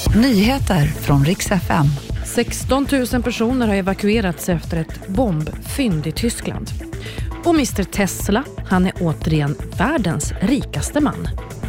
Nyheter från Rix FM. 16 000 personer har evakuerats efter ett bombfynd i Tyskland. Och Mr. Tesla, han är återigen världens rikaste man.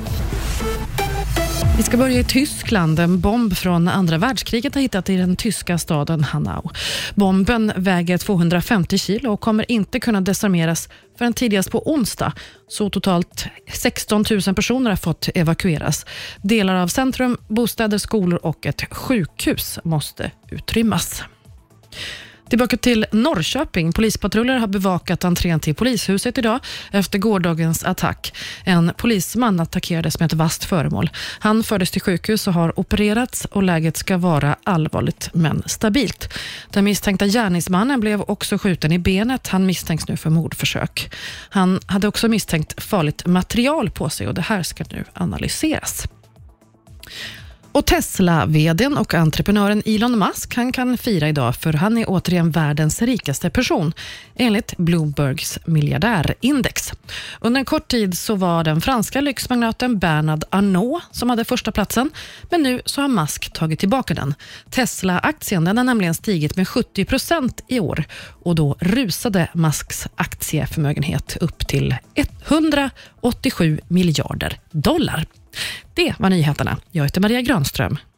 Vi ska börja i Tyskland. En bomb från andra världskriget har hittat i den tyska staden Hanau. Bomben väger 250 kilo och kommer inte kunna desarmeras förrän tidigast på onsdag. Så totalt 16 000 personer har fått evakueras. Delar av centrum, bostäder, skolor och ett sjukhus måste utrymmas. Tillbaka till Norrköping. Polispatruller har bevakat entrén till polishuset idag efter gårdagens attack. En polisman attackerades med ett vasst föremål. Han fördes till sjukhus och har opererats och läget ska vara allvarligt men stabilt. Den misstänkta gärningsmannen blev också skjuten i benet. Han misstänks nu för mordförsök. Han hade också misstänkt farligt material på sig och det här ska nu analyseras. Och Tesla-vdn och entreprenören Elon Musk, han kan fira idag för han är återigen världens rikaste person enligt Bloombergs miljardärindex. Under en kort tid så var den franska lyxmagnaten Bernard Arnault som hade första platsen, men nu så har Musk tagit tillbaka den. Tesla-aktien den har nämligen stigit med 70% i år och då rusade Musks aktieförmögenhet upp till 187 miljarder dollar. Det var nyheterna. Jag heter Maria Granström.